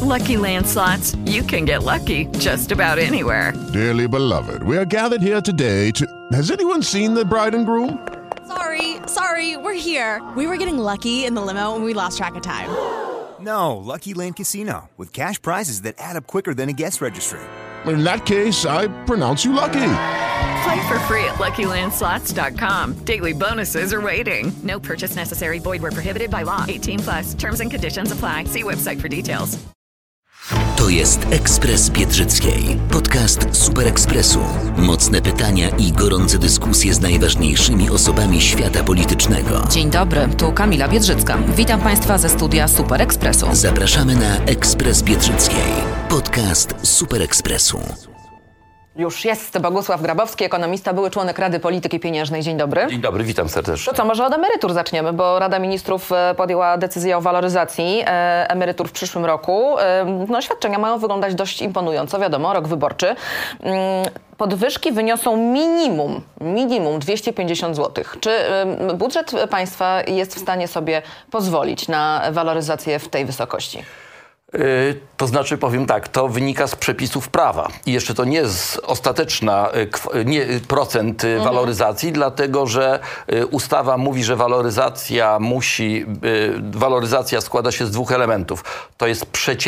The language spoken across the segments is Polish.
Lucky Land Slots, you can get lucky just about anywhere. Dearly beloved, we are gathered here today to... Has anyone seen the bride and groom? Sorry, we're here. We were getting lucky in the limo and we lost track of time. No, Lucky Land Casino, with cash prizes that add up quicker than a guest registry. In that case, I pronounce you lucky. Play for free at LuckyLandSlots.com. Daily bonuses are waiting. No purchase necessary. Void where prohibited by law. 18+. Terms and conditions apply. See website for details. To jest Ekspres Biedrzyckiej. Podcast Super Ekspresu. Mocne pytania i gorące dyskusje z najważniejszymi osobami świata politycznego. Dzień dobry, tu Kamila Biedrzycka. Witam Państwa ze studia Super Ekspresu. Zapraszamy na Ekspres Biedrzyckiej. Podcast Super Ekspresu. Już jest Bogusław Grabowski, ekonomista, były członek Rady Polityki Pieniężnej. Dzień dobry. Dzień dobry, witam serdecznie. To co, może od emerytur zaczniemy, bo Rada Ministrów podjęła decyzję o waloryzacji emerytur w przyszłym roku. No, świadczenia mają wyglądać dość imponująco, wiadomo, rok wyborczy. Podwyżki wyniosą minimum 250 zł. Czy budżet państwa jest w stanie sobie pozwolić na waloryzację w tej wysokości? To znaczy, powiem tak, to wynika z przepisów prawa. I jeszcze to nie jest ostateczna procent waloryzacji, dlatego że ustawa mówi, że waloryzacja składa się z dwóch elementów. To jest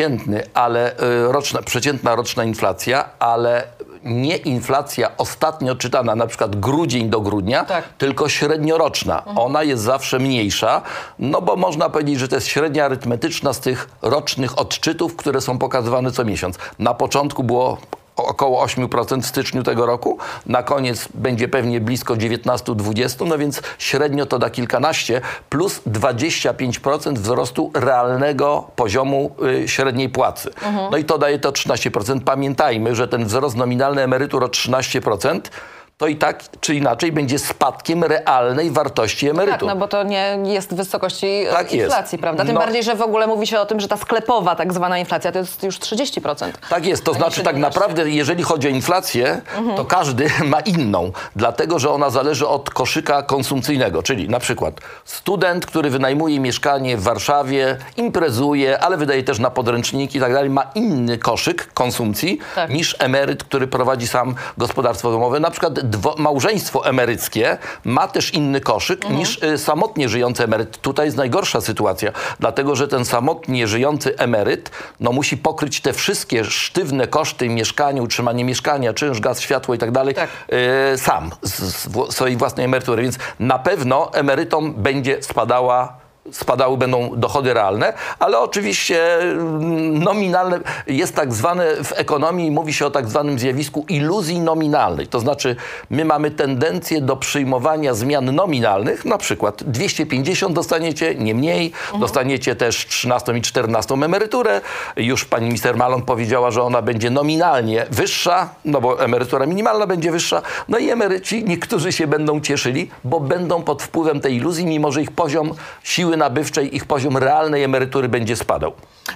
przeciętna roczna inflacja, ale nie inflacja ostatnio odczytana, na przykład grudzień do grudnia, tak, tylko średnioroczna. Ona jest zawsze mniejsza, no bo można powiedzieć, że to jest średnia arytmetyczna z tych rocznych odczytów, które są pokazywane co miesiąc. Na początku było około 8% w styczniu tego roku, na koniec będzie pewnie blisko 19-20%, no więc średnio to da kilkanaście, plus 25% wzrostu realnego poziomu średniej płacy. No i to daje to 13%. Pamiętajmy, że ten wzrost nominalny emerytur o 13% to i tak czy inaczej będzie spadkiem realnej wartości emerytur. Tak, no bo to nie jest w wysokości inflacji, prawda? Tym bardziej, że w ogóle mówi się o tym, że ta sklepowa tak zwana inflacja to jest już 30%. Tak jest, to znaczy tak naprawdę, jeżeli chodzi o inflację, to każdy ma inną, dlatego że ona zależy od koszyka konsumpcyjnego, czyli na przykład student, który wynajmuje mieszkanie w Warszawie, imprezuje, ale wydaje też na podręczniki i tak dalej, ma inny koszyk konsumpcji niż emeryt, który prowadzi sam gospodarstwo domowe. Na przykład małżeństwo emeryckie ma też inny koszyk niż samotnie żyjący emeryt. Tutaj jest najgorsza sytuacja, dlatego że ten samotnie żyjący emeryt musi pokryć te wszystkie sztywne koszty mieszkania, utrzymanie mieszkania, czynsz, gaz, światło i tak dalej sam z swojej własnej emerytury. Więc na pewno emerytom będzie spadały będą dochody realne, ale oczywiście nominalne jest tak zwane, w ekonomii mówi się o tak zwanym zjawisku iluzji nominalnej. To znaczy my mamy tendencję do przyjmowania zmian nominalnych, na przykład 250 dostaniecie, nie mniej, dostaniecie też 13 i 14 emeryturę. Już pani minister Maląg powiedziała, że ona będzie nominalnie wyższa, no bo emerytura minimalna będzie wyższa, no i emeryci niektórzy się będą cieszyli, bo będą pod wpływem tej iluzji, mimo że ich poziom siły nabywczej, ich poziom realnej emerytury będzie spadał.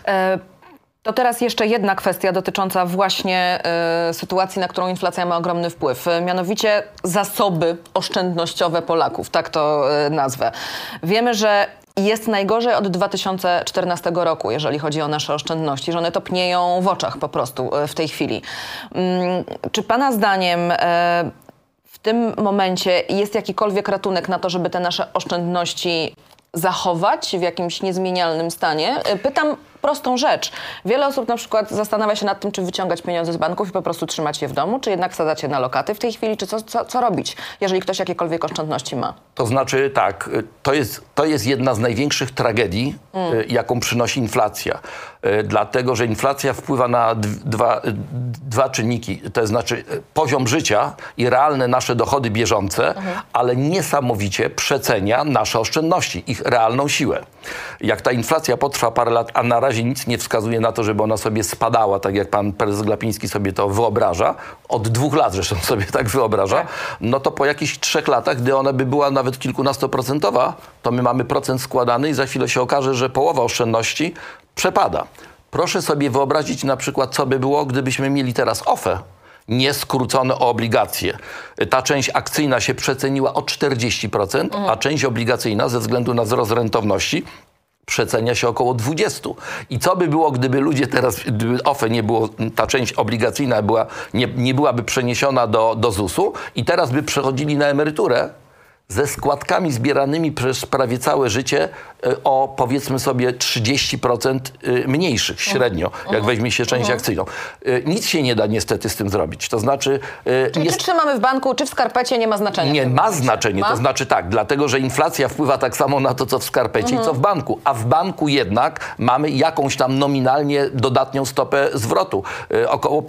To teraz jeszcze jedna kwestia dotycząca właśnie sytuacji, na którą inflacja ma ogromny wpływ. Mianowicie zasoby oszczędnościowe Polaków, tak to nazwę. Wiemy, że jest najgorzej od 2014 roku, jeżeli chodzi o nasze oszczędności, że one topnieją w oczach po prostu w tej chwili. Czy pana zdaniem w tym momencie jest jakikolwiek ratunek na to, żeby te nasze oszczędności zachować w jakimś niezmienialnym stanie? Pytam prostą rzecz. Wiele osób na przykład zastanawia się nad tym, czy wyciągać pieniądze z banków i po prostu trzymać je w domu, czy jednak wsadzać je na lokaty w tej chwili, czy co robić, jeżeli ktoś jakiekolwiek oszczędności ma? To znaczy tak, to jest jedna z największych tragedii, jaką przynosi inflacja. Dlatego, że inflacja wpływa na dwa czynniki. To znaczy poziom życia i realne nasze dochody bieżące, ale niesamowicie przecenia nasze oszczędności, ich realną siłę. Jak ta inflacja potrwa parę lat, a na razie nic nie wskazuje na to, żeby ona sobie spadała, tak jak pan prezes Glapiński sobie to wyobraża, od 2 lat zresztą sobie tak wyobraża, no to po jakichś 3 latach, gdy ona by była nawet kilkunastoprocentowa, to my mamy procent składany i za chwilę się okaże, że połowa oszczędności przepada. Proszę sobie wyobrazić na przykład, co by było, gdybyśmy mieli teraz OFE, nie skrócone o obligacje. Ta część akcyjna się przeceniła o 40%, a część obligacyjna ze względu na wzrost rentowności przecenia się około 20. I co by było, gdyby ludzie teraz, gdyby OFE nie było, ta część obligacyjna nie byłaby przeniesiona do ZUS-u i teraz by przechodzili na emeryturę ze składkami zbieranymi przez prawie całe życie o, powiedzmy sobie, 30% mniejszych średnio, jak weźmie się część akcyjną. Nic się nie da niestety z tym zrobić. To znaczy... Czyli czy trzymamy w banku, czy w skarpecie, nie ma znaczenia? Nie, ma znaczenie. To znaczy tak, dlatego, że inflacja wpływa tak samo na to, co w skarpecie i co w banku. A w banku jednak mamy jakąś tam nominalnie dodatnią stopę zwrotu. Około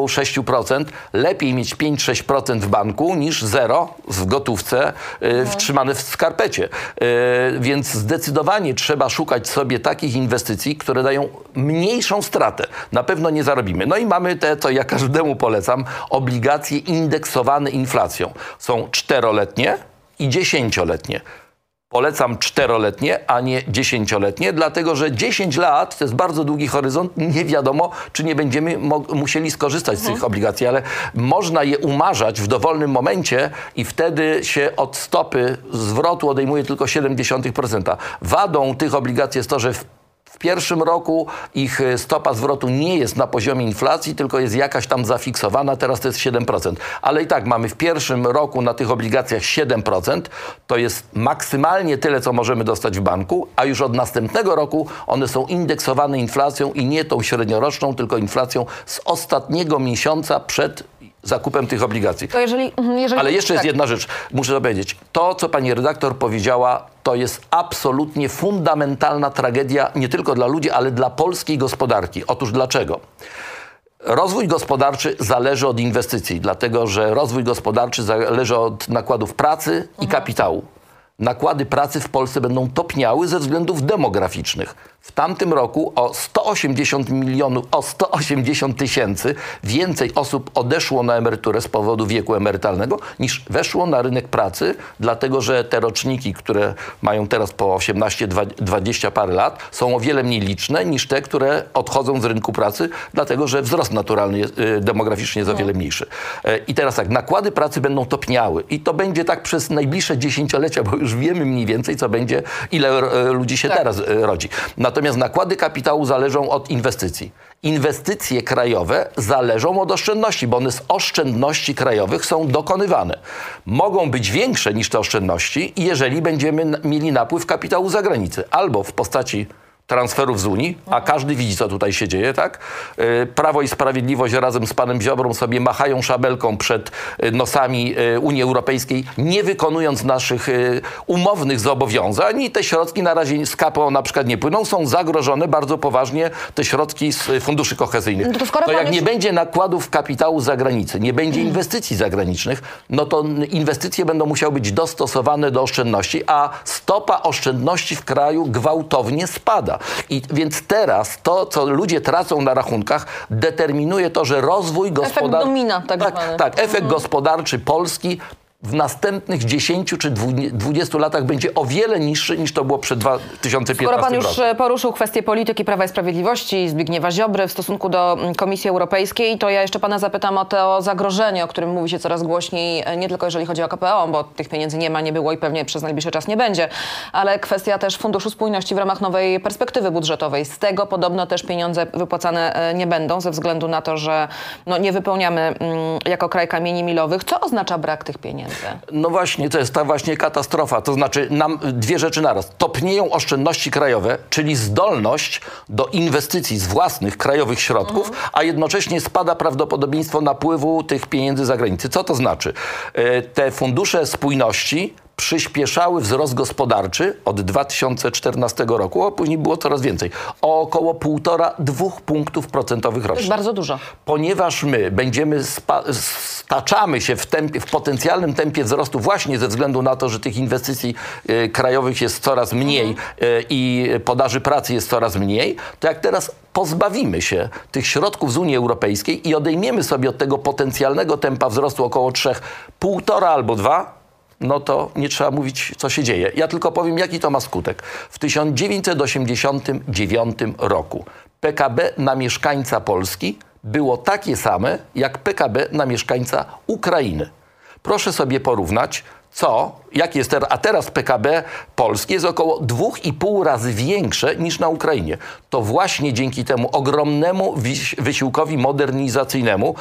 5-6%. Lepiej mieć 5-6% w banku niż 0 w gotówce wtrzymane w skarpecie. Więc zdecydowanie trzeba szukać sobie takich inwestycji, które dają mniejszą stratę. Na pewno nie zarobimy. No i mamy te, co ja każdemu polecam, obligacje indeksowane inflacją. Są 4-letnie i 10-letnie. Polecam 4-letnie, a nie 10-letnie, dlatego że 10 lat to jest bardzo długi horyzont. Nie wiadomo, czy nie będziemy musieli skorzystać z tych obligacji, ale można je umarzać w dowolnym momencie i wtedy się od stopy zwrotu odejmuje tylko 0,7%. Wadą tych obligacji jest to, że w pierwszym roku ich stopa zwrotu nie jest na poziomie inflacji, tylko jest jakaś tam zafiksowana, teraz to jest 7%. Ale i tak mamy w pierwszym roku na tych obligacjach 7%, to jest maksymalnie tyle, co możemy dostać w banku, a już od następnego roku one są indeksowane inflacją i nie tą średnioroczną, tylko inflacją z ostatniego miesiąca przed zakupem tych obligacji. To jeżeli Ale jeszcze jest jedna rzecz, muszę dopowiedzieć. To, co pani redaktor powiedziała, to jest absolutnie fundamentalna tragedia nie tylko dla ludzi, ale dla polskiej gospodarki. Otóż dlaczego? Rozwój gospodarczy zależy od inwestycji, dlatego że rozwój gospodarczy zależy od nakładów pracy i kapitału. Nakłady pracy w Polsce będą topniały ze względów demograficznych. W tamtym roku o 180 tysięcy więcej osób odeszło na emeryturę z powodu wieku emerytalnego niż weszło na rynek pracy, dlatego że te roczniki, które mają teraz po 18-20 parę lat, są o wiele mniej liczne niż te, które odchodzą z rynku pracy, dlatego że wzrost naturalny demograficznie jest o wiele mniejszy. I teraz tak, nakłady pracy będą topniały i to będzie tak przez najbliższe dziesięciolecia, bo już wiemy mniej więcej, co będzie, ile ludzi się teraz rodzi. Natomiast nakłady kapitału zależą od inwestycji. Inwestycje krajowe zależą od oszczędności, bo one z oszczędności krajowych są dokonywane. Mogą być większe niż te oszczędności, jeżeli będziemy mieli napływ kapitału z zagranicy. Albo w postaci transferów z Unii, a każdy widzi, co tutaj się dzieje, tak? Prawo i Sprawiedliwość razem z panem Ziobrą sobie machają szabelką przed nosami Unii Europejskiej, nie wykonując naszych umownych zobowiązań i te środki na razie z KPO na przykład nie płyną, są zagrożone bardzo poważnie te środki z funduszy kohezyjnych. To jak nie będzie nakładów kapitału z zagranicy, nie będzie inwestycji zagranicznych, no to inwestycje będą musiały być dostosowane do oszczędności, a stopa oszczędności w kraju gwałtownie spada. I więc teraz to, co ludzie tracą na rachunkach, determinuje to, że rozwój gospodarczy... Efekt domina, tak zwany. Tak, efekt gospodarczy Polski w następnych 10 czy 20 latach będzie o wiele niższy, niż to było przed 2015 roku. Skoro pan już poruszył kwestię polityki Prawa i Sprawiedliwości, Zbigniewa Ziobry w stosunku do Komisji Europejskiej, to ja jeszcze pana zapytam o to zagrożenie, o którym mówi się coraz głośniej, nie tylko jeżeli chodzi o KPO, bo tych pieniędzy nie ma, nie było i pewnie przez najbliższy czas nie będzie, ale kwestia też Funduszu Spójności w ramach nowej perspektywy budżetowej. Z tego podobno też pieniądze wypłacane nie będą, ze względu na to, że nie wypełniamy jako kraj kamieni milowych. Co oznacza brak tych pieniędzy? No właśnie, to jest ta właśnie katastrofa. To znaczy nam dwie rzeczy naraz. Topnieją oszczędności krajowe, czyli zdolność do inwestycji z własnych krajowych środków, a jednocześnie spada prawdopodobieństwo napływu tych pieniędzy z zagranicy. Co to znaczy? Te fundusze spójności przyspieszały wzrost gospodarczy od 2014 roku, a później było coraz więcej. O około 1,5-2 punktów procentowych rocznie. To jest bardzo dużo. Ponieważ my będziemy staczamy się w potencjalnym tempie wzrostu właśnie ze względu na to, że tych inwestycji krajowych jest coraz mniej i podaży pracy jest coraz mniej, to jak teraz pozbawimy się tych środków z Unii Europejskiej i odejmiemy sobie od tego potencjalnego tempa wzrostu około 3, 1,5 albo 2, no to nie trzeba mówić, co się dzieje. Ja tylko powiem, jaki to ma skutek. W 1989 roku PKB na mieszkańca Polski było takie same, jak PKB na mieszkańca Ukrainy. Proszę sobie porównać, jak jest teraz, a teraz PKB Polski jest około 2,5 razy większe niż na Ukrainie. To właśnie dzięki temu ogromnemu wysiłkowi modernizacyjnemu,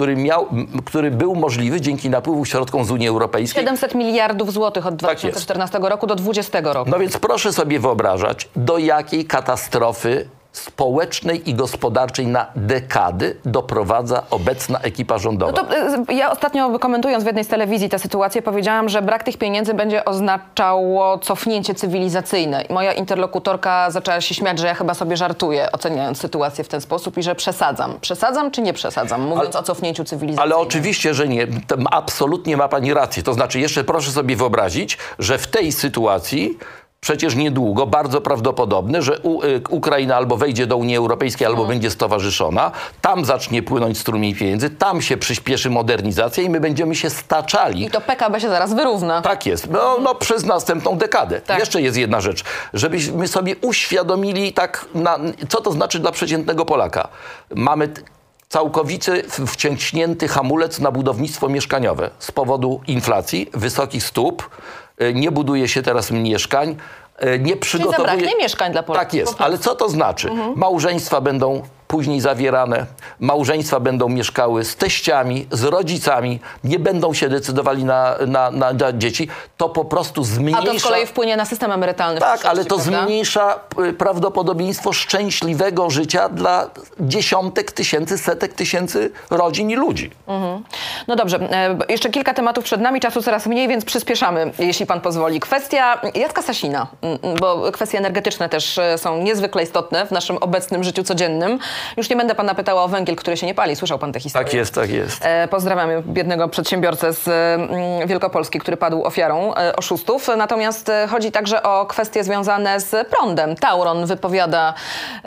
który był możliwy dzięki napływu środków z Unii Europejskiej. 700 miliardów złotych od 2014 roku do 2020 roku. No więc proszę sobie wyobrażać, do jakiej katastrofy społecznej i gospodarczej na dekady doprowadza obecna ekipa rządowa. No to ja ostatnio, komentując w jednej z telewizji tę sytuację, powiedziałam, że brak tych pieniędzy będzie oznaczało cofnięcie cywilizacyjne. I moja interlokutorka zaczęła się śmiać, że ja chyba sobie żartuję, oceniając sytuację w ten sposób i że przesadzam. Przesadzam czy nie przesadzam, mówiąc o cofnięciu cywilizacyjnym? Ale oczywiście, że nie. Absolutnie ma pani rację. To znaczy, jeszcze proszę sobie wyobrazić, że w tej sytuacji przecież niedługo, bardzo prawdopodobne, że Ukraina albo wejdzie do Unii Europejskiej, albo będzie stowarzyszona. Tam zacznie płynąć strumień pieniędzy, tam się przyspieszy modernizacja i my będziemy się staczali. I to PKB się zaraz wyrówna. Tak jest. No przez następną dekadę. Tak. Jeszcze jest jedna rzecz. Żebyśmy sobie uświadomili co to znaczy dla przeciętnego Polaka. Mamy całkowicie wciągnięty hamulec na budownictwo mieszkaniowe z powodu inflacji, wysokich stóp. Nie buduje się teraz mieszkań, nie przygotowuje... Czyli zabraknie mieszkań dla Polaków. Tak jest, ale co to znaczy? Małżeństwa będą później zawierane, małżeństwa będą mieszkały z teściami, z rodzicami, nie będą się decydowali na dzieci. To po prostu zmniejsza... A to z kolei wpłynie na system emerytalny. Tak, ale to zmniejsza prawdopodobieństwo szczęśliwego życia dla dziesiątek tysięcy, setek tysięcy rodzin i ludzi. No dobrze, jeszcze kilka tematów przed nami, czasu coraz mniej, więc przyspieszamy, jeśli pan pozwoli. Kwestia Jacka Sasina, bo kwestie energetyczne też są niezwykle istotne w naszym obecnym życiu codziennym. Już nie będę pana pytała o węgiel, który się nie pali. Słyszał pan tę historię? Tak jest, tak jest. Pozdrawiamy biednego przedsiębiorcę z Wielkopolski, który padł ofiarą oszustów. Natomiast chodzi także o kwestie związane z prądem. Tauron wypowiada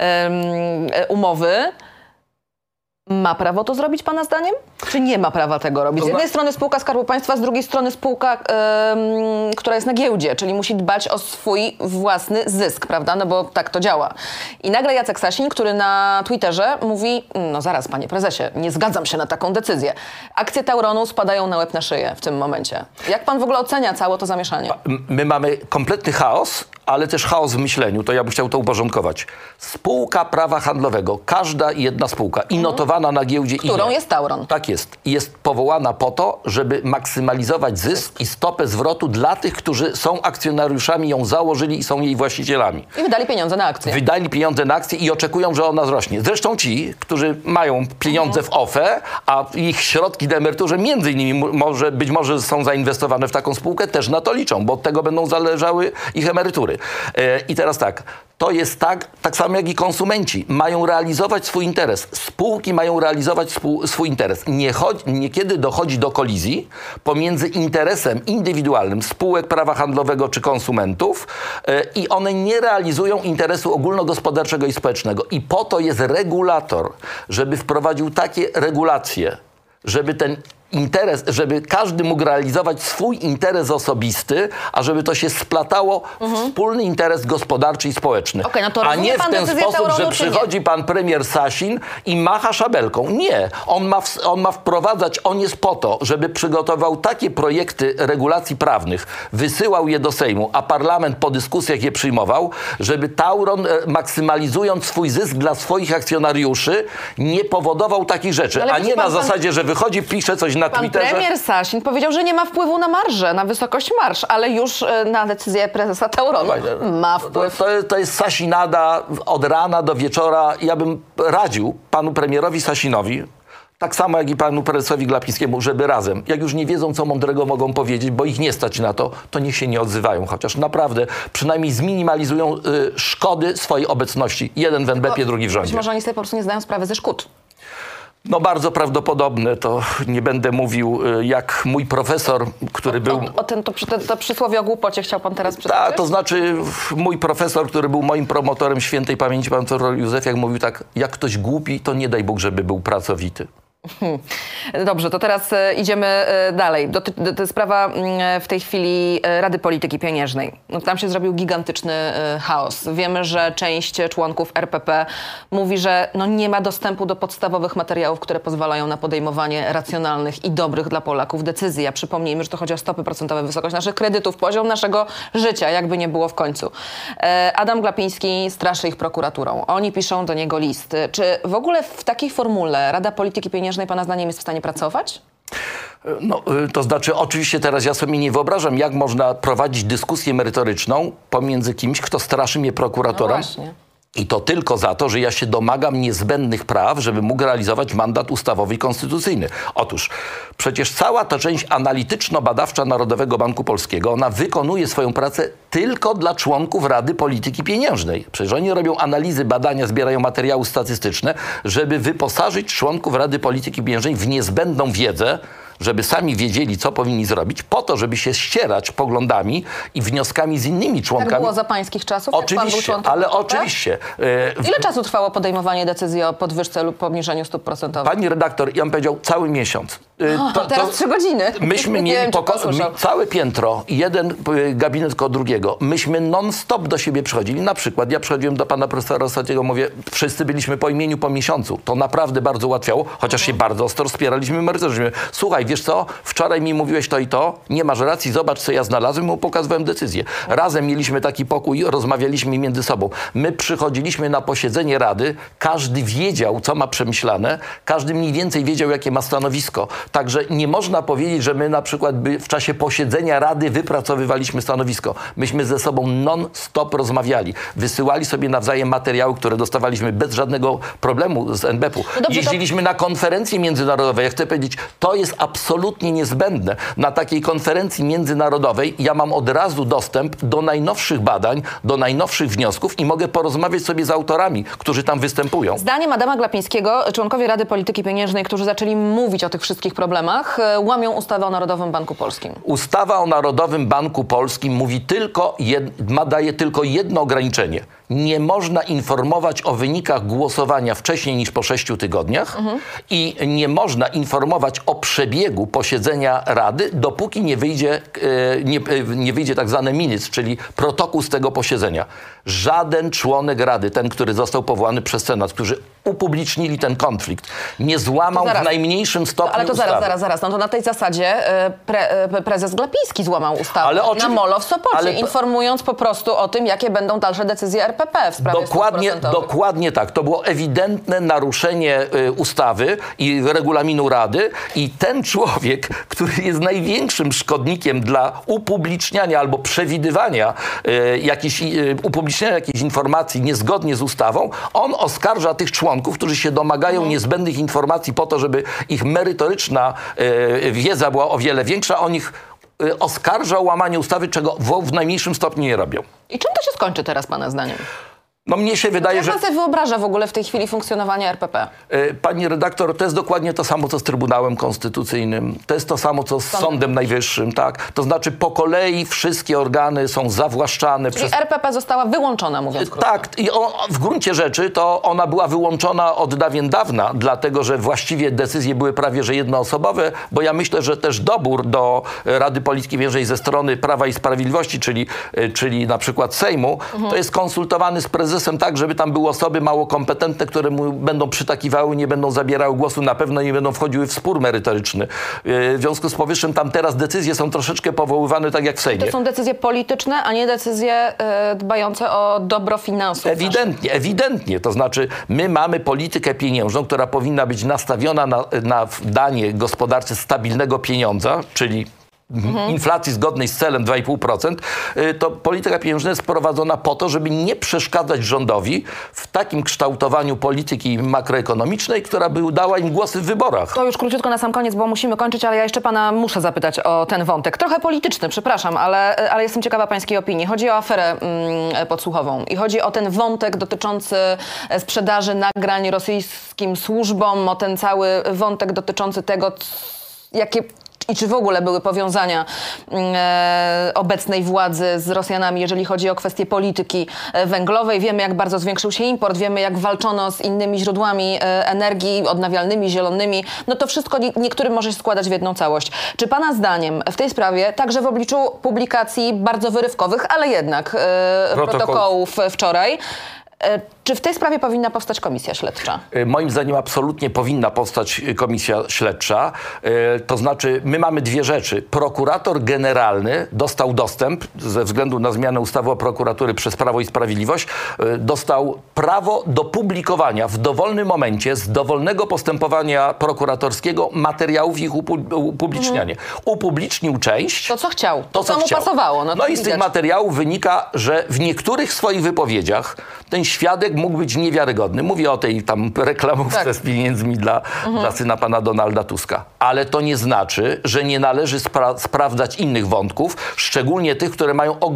umowy. Ma prawo to zrobić pana zdaniem? Czy nie ma prawa tego robić? Z jednej strony spółka Skarbu Państwa, z drugiej strony spółka, która jest na giełdzie, czyli musi dbać o swój własny zysk, prawda? No bo tak to działa. I nagle Jacek Sasin, który na Twitterze mówi, no zaraz panie prezesie, nie zgadzam się na taką decyzję. Akcje Tauronu spadają na łeb na szyję w tym momencie. Jak pan w ogóle ocenia całe to zamieszanie? My mamy kompletny chaos, ale też chaos w myśleniu, to ja bym chciał to uporządkować. Spółka prawa handlowego, każda jedna spółka i notowana na giełdzie. Którą jest Tauron. Tak jest. Jest powołana po to, żeby maksymalizować zysk i stopę zwrotu dla tych, którzy są akcjonariuszami, ją założyli i są jej właścicielami. I wydali pieniądze na akcje. Wydali pieniądze na akcje i oczekują, że ona wzrośnie. Zresztą ci, którzy mają pieniądze w OFE, a ich środki na emeryturze między innymi być może są zainwestowane w taką spółkę, też na to liczą, bo od tego będą zależały ich emerytury. I teraz tak, to jest tak samo jak i konsumenci. Mają realizować swój interes. Spółki mają realizować swój interes. Niekiedy dochodzi do kolizji pomiędzy interesem indywidualnym spółek prawa handlowego czy konsumentów i one nie realizują interesu ogólnogospodarczego i społecznego. I po to jest regulator, żeby wprowadził takie regulacje, żeby ten interes, żeby każdy mógł realizować swój interes osobisty, a żeby to się splatało w wspólny interes gospodarczy i społeczny. No to a nie w ten sposób, że przychodzi pan premier Sasin i macha szabelką. Nie. On ma wprowadzać, on jest po to, żeby przygotował takie projekty regulacji prawnych, wysyłał je do Sejmu, a parlament po dyskusjach je przyjmował, żeby Tauron, maksymalizując swój zysk dla swoich akcjonariuszy, nie powodował takich rzeczy. A nie na zasadzie, że wychodzi, pisze coś na Twitterze. Pan premier Sasin powiedział, że nie ma wpływu na marżę, na wysokość marż, ale już na decyzję prezesa Tauronu ma wpływ. To jest Sasinada od rana do wieczora. Ja bym radził panu premierowi Sasinowi, tak samo jak i panu prezesowi Glapińskiemu, żeby razem, jak już nie wiedzą, co mądrego mogą powiedzieć, bo ich nie stać na to, to niech się nie odzywają. Chociaż naprawdę przynajmniej zminimalizują szkody swojej obecności. Jeden w NBP, drugi w rządzie. Być może oni sobie po prostu nie zdają sprawy ze szkód. No bardzo prawdopodobne, to nie będę mówił jak mój profesor, który był... To przysłowie o głupocie chciał pan teraz przytoczyć? Tak, to znaczy mój profesor, który był moim promotorem świętej pamięci, pan profesor Józefiak, mówił tak, jak ktoś głupi, to nie daj Bóg, żeby był pracowity. Dobrze, to teraz idziemy dalej. Sprawa w tej chwili Rady Polityki Pieniężnej. No, tam się zrobił gigantyczny chaos. Wiemy, że część członków RPP mówi, że nie ma dostępu do podstawowych materiałów, które pozwalają na podejmowanie racjonalnych i dobrych dla Polaków decyzji. A przypomnijmy, że to chodzi o stopy procentowe, wysokość naszych kredytów, poziom naszego życia, jakby nie było w końcu. Adam Glapiński straszy ich prokuraturą. Oni piszą do niego list. Czy w ogóle w takiej formule Rada Polityki Pieniężnej pana zdaniem jest w stanie pracować? No, to znaczy oczywiście teraz ja sobie nie wyobrażam, jak można prowadzić dyskusję merytoryczną pomiędzy kimś, kto straszy mnie prokuratorem. No właśnie. I to tylko za to, że ja się domagam niezbędnych praw, żeby mógł realizować mandat ustawowy i konstytucyjny. Otóż przecież cała ta część analityczno-badawcza Narodowego Banku Polskiego, ona wykonuje swoją pracę tylko dla członków Rady Polityki Pieniężnej. Przecież oni robią analizy, badania, zbierają materiały statystyczne, żeby wyposażyć członków Rady Polityki Pieniężnej w niezbędną wiedzę, żeby sami wiedzieli, co powinni zrobić, po to, żeby się ścierać poglądami i wnioskami z innymi członkami. Tak było za pańskich czasów? Oczywiście, ale oczywiście. Ile czasu trwało podejmowanie decyzji o podwyżce lub obniżeniu stóp procentowych? Pani redaktor, ja bym powiedział cały miesiąc. Teraz 3 godziny. Myśmy mieli całe piętro, jeden gabinet koło drugiego. Myśmy non-stop do siebie przychodzili. Na przykład ja przychodziłem do pana profesora Rosatiego, mówię, wszyscy byliśmy po imieniu, po miesiącu. To naprawdę bardzo ułatwiało, chociaż się bardzo ostro spieraliśmy merytorycznie. Słuchaj, wiesz co, wczoraj mi mówiłeś to i to, nie masz racji, zobacz, co ja znalazłem, mu pokazywałem decyzję. Razem mieliśmy taki pokój, rozmawialiśmy między sobą. My przychodziliśmy na posiedzenie Rady, każdy wiedział, co ma przemyślane, każdy mniej więcej wiedział, jakie ma stanowisko. Także nie można powiedzieć, że my na przykład w czasie posiedzenia Rady wypracowywaliśmy stanowisko. Myśmy ze sobą non-stop rozmawiali. Wysyłali sobie nawzajem materiały, które dostawaliśmy bez żadnego problemu z NBP-u. No jeździliśmy na konferencje międzynarodowe. Ja chcę powiedzieć, to jest absolutnie niezbędne. Na takiej konferencji międzynarodowej ja mam od razu dostęp do najnowszych badań, do najnowszych wniosków i mogę porozmawiać sobie z autorami, którzy tam występują. Zdaniem Adama Glapińskiego członkowie Rady Polityki Pieniężnej, którzy zaczęli mówić o tych wszystkich problemach, łamią ustawę o Narodowym Banku Polskim. Ustawa o Narodowym Banku Polskim mówi daje tylko jedno ograniczenie. Nie można informować o wynikach głosowania wcześniej niż po 6 tygodniach i nie można informować o przebiegu posiedzenia Rady, dopóki nie wyjdzie tak zwane minutes, czyli protokół z tego posiedzenia. Żaden członek Rady, ten, który został powołany przez Senat, którzy upublicznili ten konflikt, nie złamał w najmniejszym stopniu ale to ustawy. zaraz. No to na tej zasadzie prezes Glapiński złamał ustawę na molo w Sopocie, informując po prostu o tym, jakie będą dalsze decyzje RPP w sprawie Dokładnie tak. To było ewidentne naruszenie ustawy i regulaminu Rady i ten człowiek, który jest największym szkodnikiem dla upubliczniania albo przewidywania upubliczniania jakiejś informacji niezgodnie z ustawą, on oskarża tych członków, którzy się domagają niezbędnych informacji po to, żeby ich merytoryczna wiedza była o wiele większa, on ich oskarża o łamanie ustawy, czego w najmniejszym stopniu nie robią. I czym to się skończy teraz, pana zdaniem? No mnie się wydaje, że... Jak pan sobie wyobraża w ogóle w tej chwili funkcjonowanie RPP? Pani redaktor, to jest dokładnie to samo, co z Trybunałem Konstytucyjnym. To jest to samo, co z Sądem Najwyższym, tak? To znaczy po kolei wszystkie organy są zawłaszczane Czyli RPP została wyłączona, mówiąc krótko. Tak. I w gruncie rzeczy to ona była wyłączona od dawien dawna, dlatego że właściwie decyzje były prawie że jednoosobowe, bo ja myślę, że też dobór do Rady Polityki Pieniężnej ze strony Prawa i Sprawiedliwości, czyli na przykład Sejmu, to jest konsultowany z prezesem tak, żeby tam były osoby mało kompetentne, które mu będą przytakiwały, nie będą zabierały głosu, na pewno nie będą wchodziły w spór merytoryczny. W związku z powyższym tam teraz decyzje są troszeczkę powoływane tak jak w Sejmie. To są decyzje polityczne, a nie decyzje dbające o dobro finansów. Ewidentnie. To znaczy my mamy politykę pieniężną, która powinna być nastawiona na danie gospodarce stabilnego pieniądza, czyli inflacji zgodnej z celem 2,5%, to polityka pieniężna jest prowadzona po to, żeby nie przeszkadzać rządowi w takim kształtowaniu polityki makroekonomicznej, która by dała im głosy w wyborach. To już króciutko na sam koniec, bo musimy kończyć, ale ja jeszcze pana muszę zapytać o ten wątek. Trochę polityczny, przepraszam, ale jestem ciekawa pańskiej opinii. Chodzi o aferę podsłuchową i chodzi o ten wątek dotyczący sprzedaży nagrań rosyjskim służbom, o ten cały wątek dotyczący tego, i czy w ogóle były powiązania obecnej władzy z Rosjanami, jeżeli chodzi o kwestie polityki węglowej. Wiemy, jak bardzo zwiększył się import, wiemy, jak walczono z innymi źródłami energii, odnawialnymi, zielonymi. No to wszystko niektórym może się składać w jedną całość. Czy pana zdaniem w tej sprawie, także w obliczu publikacji bardzo wyrywkowych, ale jednak protokołów wczoraj, czy w tej sprawie powinna powstać komisja śledcza? Moim zdaniem absolutnie powinna powstać komisja śledcza. To znaczy, my mamy dwie rzeczy. Prokurator generalny dostał dostęp, ze względu na zmianę ustawy o prokuratury przez Prawo i Sprawiedliwość, dostał prawo do publikowania w dowolnym momencie z dowolnego postępowania prokuratorskiego materiałów i ich upublicznianie. Upublicznił część. To, co chciał. To co mu chciał. Pasowało. No i z tych materiałów wynika, że w niektórych swoich wypowiedziach ten świadek mógł być niewiarygodny. Mówię o tej tam reklamówce z pieniędzmi dla syna pana Donalda Tuska. Ale to nie znaczy, że nie należy sprawdzać innych wątków, szczególnie tych, które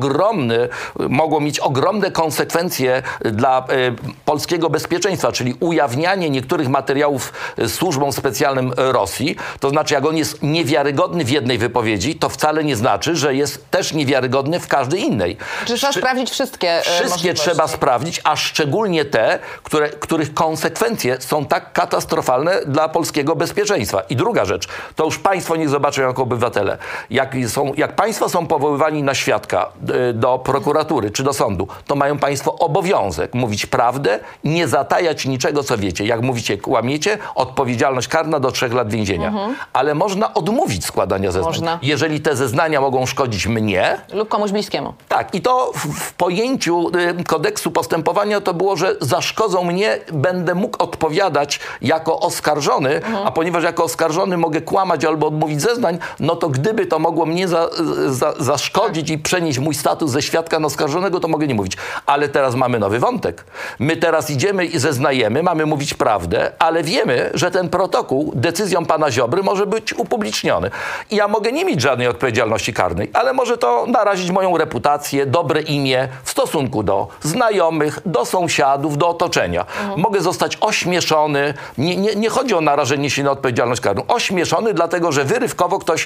mogą mieć ogromne konsekwencje dla polskiego bezpieczeństwa, czyli ujawnianie niektórych materiałów służbom specjalnym Rosji. To znaczy, jak on jest niewiarygodny w jednej wypowiedzi, to wcale nie znaczy, że jest też niewiarygodny w każdej innej. Czy trzeba sprawdzić wszystkie trzeba sprawdzić, a szczególnie te, których konsekwencje są tak katastrofalne dla polskiego bezpieczeństwa. I druga rzecz, to już państwo niech zobaczą jako obywatele. Jak państwo są powoływani na świadka do prokuratury czy do sądu, to mają państwo obowiązek mówić prawdę, nie zatajać niczego, co wiecie. Jak mówicie, kłamiecie, odpowiedzialność karna do 3 lat więzienia. Ale można odmówić składania zeznań. Jeżeli te zeznania mogą szkodzić mnie lub komuś bliskiemu. Tak, i to w pojęciu kodeksu postępowania to było, że zaszkodzą mnie, będę mógł odpowiadać jako oskarżony, a ponieważ jako oskarżony mogę kłamać albo odmówić zeznań, no to gdyby to mogło mnie zaszkodzić i przenieść mój status ze świadka na oskarżonego, to mogę nie mówić. Ale teraz mamy nowy wątek. My teraz idziemy i zeznajemy, mamy mówić prawdę, ale wiemy, że ten protokół decyzją pana Ziobry może być upubliczniony. I ja mogę nie mieć żadnej odpowiedzialności karnej, ale może to narazić moją reputację, dobre imię w stosunku do znajomych, do sąsiadów, do otoczenia. Mogę zostać ośmieszony. Nie chodzi o narażenie się na odpowiedzialność karną. Ośmieszony dlatego, że wyrywkowo ktoś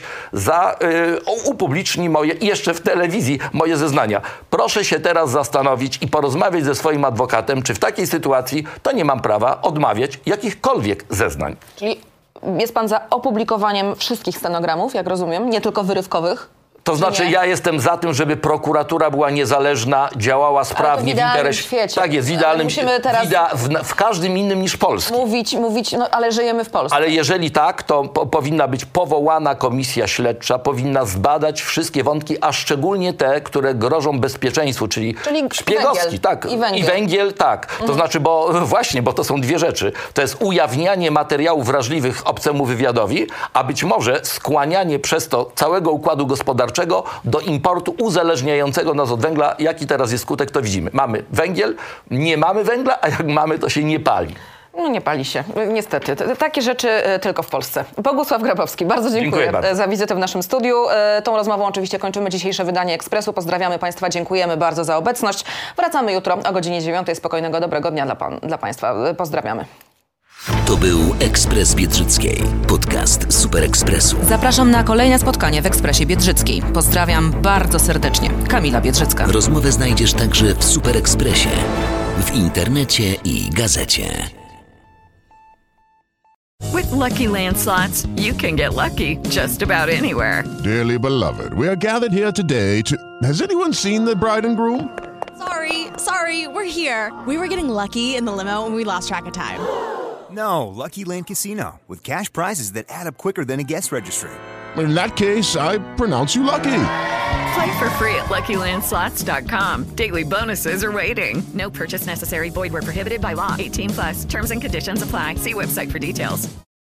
upubliczni jeszcze w telewizji moje zeznania. Proszę się teraz zastanowić i porozmawiać ze swoim adwokatem, czy w takiej sytuacji to nie mam prawa odmawiać jakichkolwiek zeznań. Czyli jest pan za opublikowaniem wszystkich stenogramów, jak rozumiem, nie tylko wyrywkowych? To znaczy, ja jestem za tym, żeby prokuratura była niezależna, działała sprawnie w interesie. Świecie. Tak jest, w idealnym świecie. Teraz w każdym innym niż Polski. Mówić, no ale żyjemy w Polsce. Ale jeżeli tak, to powinna być powołana komisja śledcza, powinna zbadać wszystkie wątki, a szczególnie te, które grożą bezpieczeństwu, czyli szpiegowski. Węgiel. Tak. I węgiel, tak. To znaczy, bo to są dwie rzeczy. To jest ujawnianie materiałów wrażliwych obcemu wywiadowi, a być może skłanianie przez to całego układu gospodarczego do importu uzależniającego nas od węgla. Jaki teraz jest skutek, to widzimy. Mamy węgiel, nie mamy węgla, a jak mamy, to się nie pali. No nie pali się, niestety. Takie rzeczy tylko w Polsce. Bogusław Grabowski, bardzo dziękuję za wizytę w naszym studiu. Tą rozmową oczywiście kończymy dzisiejsze wydanie Ekspresu. Pozdrawiamy Państwa, dziękujemy bardzo za obecność. Wracamy jutro o godzinie 9. Spokojnego, dobrego dnia dla Państwa. Pozdrawiamy. To był Ekspres Biedrzyckiej, podcast Super Ekspresu. Zapraszam na kolejne spotkanie w Ekspresie Biedrzyckiej. Pozdrawiam bardzo serdecznie. Kamila Biedrzycka. Rozmowę znajdziesz także w Super Ekspresie, w internecie i gazecie. With Lucky Land Slots, you can get lucky just about anywhere. Dearly beloved, we are gathered here today to... Has anyone seen the bride and groom? Sorry, we're here. We were getting lucky in the limo and we lost track of time. No, Lucky Land Casino, with cash prizes that add up quicker than a guest registry. In that case, I pronounce you lucky. Play for free at LuckyLandSlots.com. Daily bonuses are waiting. No purchase necessary. Void where prohibited by law. 18+. Terms and conditions apply. See website for details.